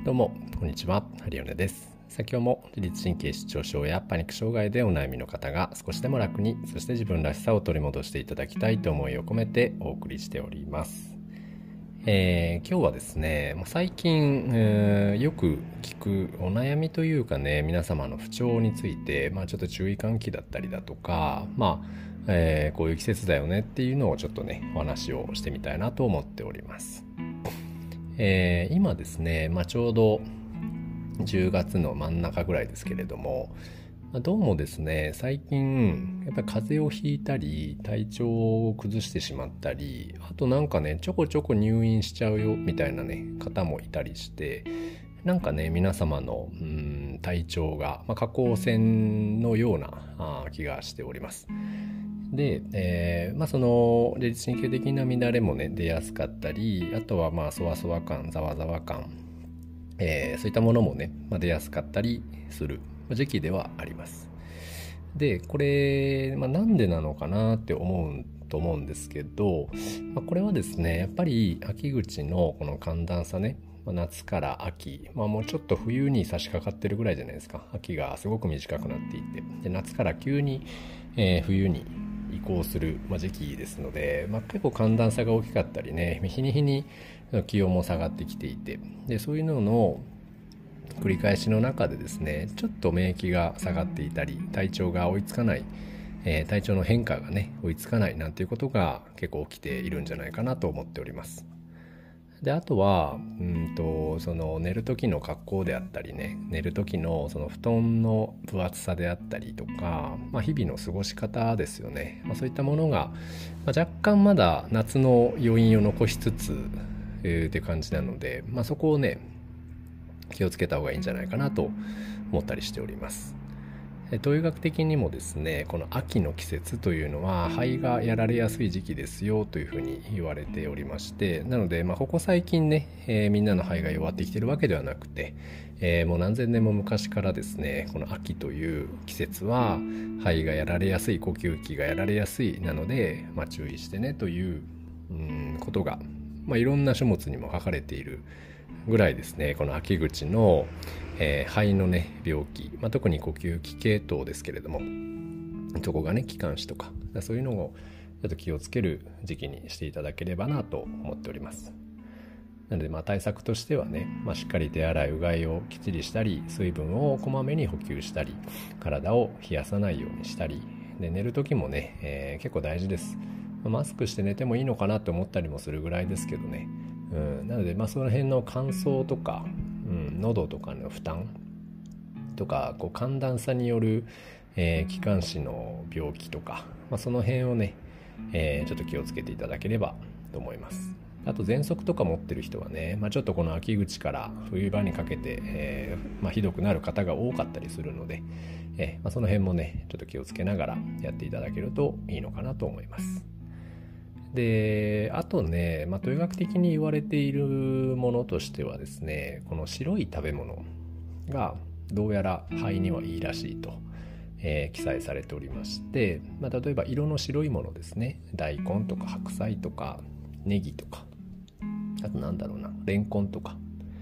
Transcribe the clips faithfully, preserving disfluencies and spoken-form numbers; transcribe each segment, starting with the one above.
どうもこんにちは、ハリオネです。先ほども自律神経失調症やパニック障害でお悩みの方が少しでも楽に、そして自分らしさを取り戻していただきたいと思いを込めてお送りしております。えー、今日はですね、最近、えー、よく聞くお悩みというかね、皆様の不調について、まあ、ちょっと注意喚起だったりだとか、まあえー、こういう季節だよねっていうのをちょっとねお話をしてみたいなと思っております。えー、今ですね、まあ、ちょうどじゅうがつの真ん中ぐらいですけれども、どうもですね、最近やっぱり風邪をひいたり体調を崩してしまったり、あとなんかねちょこちょこ入院しちゃうよみたいなね方もいたりして、なんかね皆様のうん体調が、まあ、下降線のようなあ気がしております。で、えーまあ、その自律神経的な乱れもね出やすかったり、あとはまあそわそわ感、ざわざわ感、えー、そういったものもね、まあ、出やすかったりする時期ではあります。でこれ、まあ、なんでなのかなって思うと思うんですけど、まあ、これはですねやっぱり秋口のこの寒暖差ね、まあ、夏から秋、まあ、もうちょっと冬に差し掛かってるぐらいじゃないですか。秋がすごく短くなっていて、で夏から急に、えー、冬に移行する、まあ、時期ですので、まあ、結構寒暖差が大きかったりね、日に日に気温も下がってきていて、でそういうのの繰り返しの中でですね、ちょっと免疫が下がっていたり、体調が追いつかない、えー、体調の変化がね追いつかないなんていうことが結構起きているんじゃないかなと思っております。であとはうんとその寝る時の格好であったりね、寝る時のその布団の分厚さであったりとか、まあ、日々の過ごし方ですよね、まあ、そういったものが、まあ、若干まだ夏の余韻を残しつつ、えー、っていう感じなので、まあ、そこをね気をつけた方がいいんじゃないかなと思ったりしております。東医学的にもですね、この秋の季節というのは肺がやられやすい時期ですよというふうに言われておりまして、なので、まあ、ここ最近ね、えー、みんなの肺が弱ってきてるわけではなくて、えー、もう何千年も昔からですね、この秋という季節は肺がやられやすい、呼吸器がやられやすいなので、まあ、注意してねという、うん、ことが、まあ、いろんな書物にも書かれているぐらいですね、この秋口の、えー、肺のね病気、まあ、特に呼吸器系統ですけれども、そこがね気管支とかそういうのをちょっと気をつける時期にしていただければなと思っております。なのでまあ対策としてはね、まあ、しっかり手洗いうがいをきっちりしたり、水分をこまめに補給したり、体を冷やさないようにしたりで、寝る時もね、えー、結構大事です。マスクして寝てもいいのかなと思ったりもするぐらいですけどね、うん、なのでまあその辺の乾燥とか、うん、喉とかの負担とか、こう寒暖差による、えー、気管支の病気とか、まあ、その辺をね、えー、ちょっと気をつけていただければと思います。あと喘息とか持ってる人はね、まあ、ちょっとこの秋口から冬場にかけて、えーまあ、ひどくなる方が多かったりするので、えーまあ、その辺もねちょっと気をつけながらやっていただけるといいのかなと思います。であとね、まあ、東医学的に言われているものとしてはですね、この白い食べ物がどうやら肺にはいいらしいと、えー、記載されておりまして、まあ、例えば色の白いものですね、大根とか白菜とかネギとか、あとなんだろうな、レンコンとか、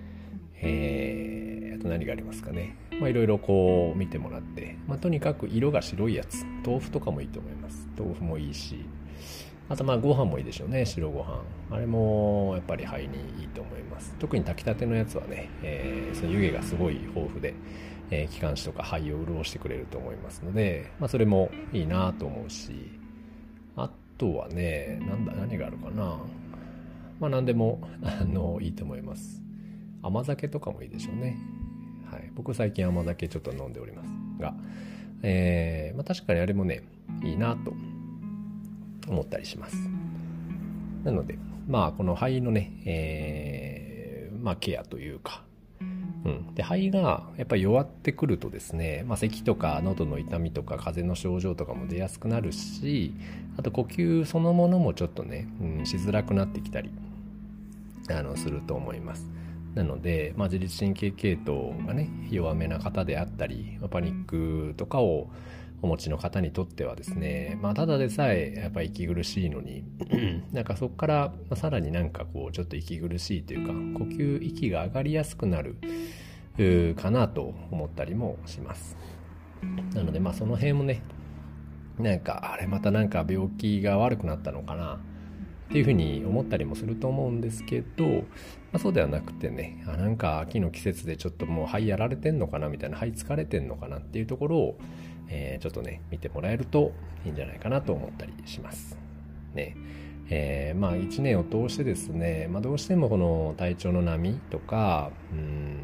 えー、あと何がありますかね、まあいろいろこう見てもらって、まあ、とにかく色が白いやつ、豆腐とかもいいと思います。豆腐もいいし、あとまあご飯もいいでしょうね、白ご飯。あれもやっぱり肺にいいと思います。特に炊きたてのやつはね、えー、その湯気がすごい豊富で、えー、気管支とか肺を潤してくれると思いますので、まあ、それもいいなと思うし、あとはね、なんだ何があるかな、まあ何でもあのいいと思います。甘酒とかもいいでしょうね。はい、僕最近甘酒ちょっと飲んでおりますが、えーまあ、確かにあれもねいいなと思ったりします。なのでまあこの肺のね、えー、まあケアというか、うん、で肺がやっぱり弱ってくるとですね、まあ、咳とか喉の痛みとか風邪の症状とかも出やすくなるし、あと呼吸そのものもちょっとね、うん、しづらくなってきたりあのすると思います。なので、まあ、自律神経系統がね弱めな方であったり、パニックとかをお持ちの方にとってはですね、まあ、ただでさえやっぱり息苦しいのになんかそこからさらになんかこうちょっと息苦しいというか、呼吸息が上がりやすくなるかなと思ったりもします。なのでまあその辺もね、なんかあれまたなんか病気が悪くなったのかなっていうふうに思ったりもすると思うんですけど、まあ、そうではなくてね、あなんか秋の季節でちょっともう肺やられてんのかなみたいな、肺疲れてんのかなっていうところを、えー、ちょっとね見てもらえるといいんじゃないかなと思ったりしますね。えー、まあいちねんを通してですね、まあ、どうしてもこの体調の波とかうん、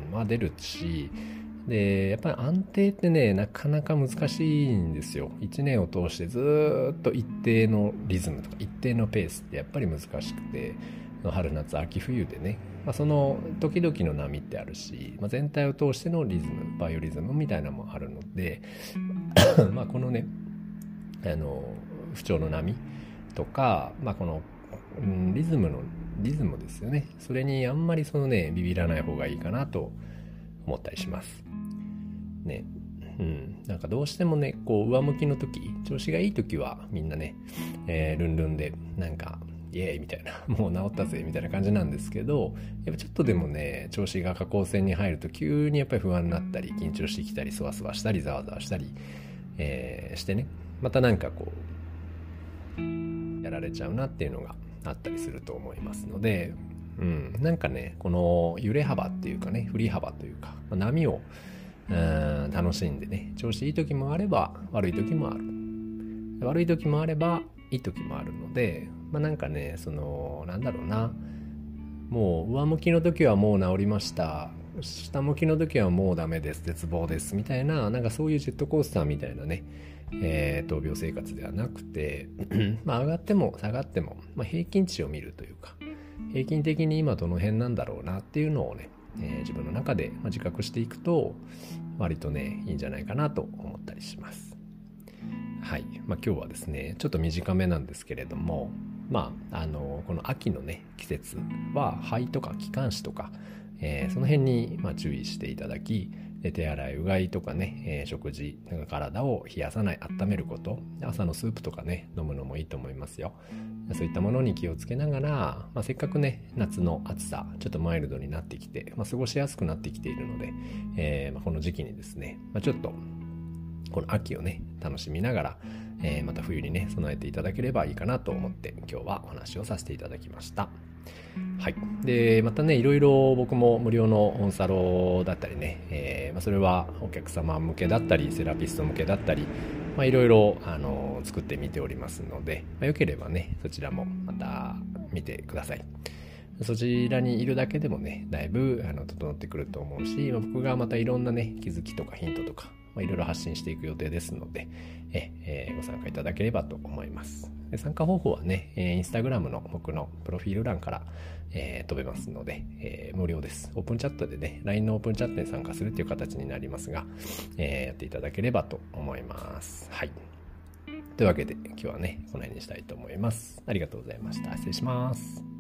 まあ、出るし、でやっぱり安定ってねなかなか難しいんですよ。いちねんを通してずっと一定のリズムとか一定のペースってやっぱり難しくて、春夏秋冬でね、まあ、その時々の波ってあるし、まあ、全体を通してのリズムバイオリズムみたいなのもあるのでまあこのねあの不調の波とか、まあ、この、うん、リズムのリズムですよね。それにあんまりそのねビビらない方がいいかなと思ったりしますね。うん、なんかどうしてもねこう上向きの時、調子がいい時はみんなね、えー、ルンルンでなんかイエーイみたいな、もう治ったぜみたいな感じなんですけど、やっぱちょっとでもね調子が下降線に入ると急にやっぱり不安になったり緊張してきたりそわそわしたりざわざわしたり、えー、してね、またなんかこうやられちゃうなっていうのがあったりすると思いますので、うん、なんかねこの揺れ幅っていうかね振り幅というか波をうん楽しんでね、調子いい時もあれば悪い時もある、悪い時もあればいい時もあるので、まあなんかねそのなんだろうな、もう上向きの時はもう治りました、下向きの時はもうダメです絶望ですみたいな、なんかそういうジェットコースターみたいなね、えー、闘病生活ではなくてまあ上がっても下がっても、まあ、平均値を見るというか、平均的に今どの辺なんだろうなっていうのをね、えー、自分の中で自覚していくと割とねいいんじゃないかなと思ったりします。はい、まあ、今日はですねちょっと短めなんですけれども、まああのこの秋のね季節は肺とか気管支とか、えー、その辺にまあ注意していただき、手洗いうがいとかね、えー、食事、体を冷やさない、温めること、朝のスープとかね飲むのもいいと思いますよ。そういったものに気をつけながら、まあ、せっかくね夏の暑さちょっとマイルドになってきて、まあ、過ごしやすくなってきているので、えーまあ、この時期にですね、まあ、ちょっとこの秋をね楽しみながら、えー、また冬にね備えていただければいいかなと思って今日はお話をさせていただきました。はい、でまたねいろいろ僕も無料のオンサロだったりね、えーまあ、それはお客様向けだったりセラピスト向けだったり、まあ、いろいろあの作ってみておりますので、まあ、よければねそちらもまた見てください。そちらにいるだけでもねだいぶあの整ってくると思うし、僕がまたいろんなね気づきとかヒントとか、まあ、いろいろ発信していく予定ですので、ええー、ご参加いただければと思います。で参加方法はね、えー、インスタグラムの僕のプロフィール欄から、えー、飛べますので、えー、無料です。オープンチャットでね ライン のオープンチャットに参加するっていう形になりますが、えー、やっていただければと思います。はい、というわけで今日はねこの辺にしたいと思います。ありがとうございました。失礼します。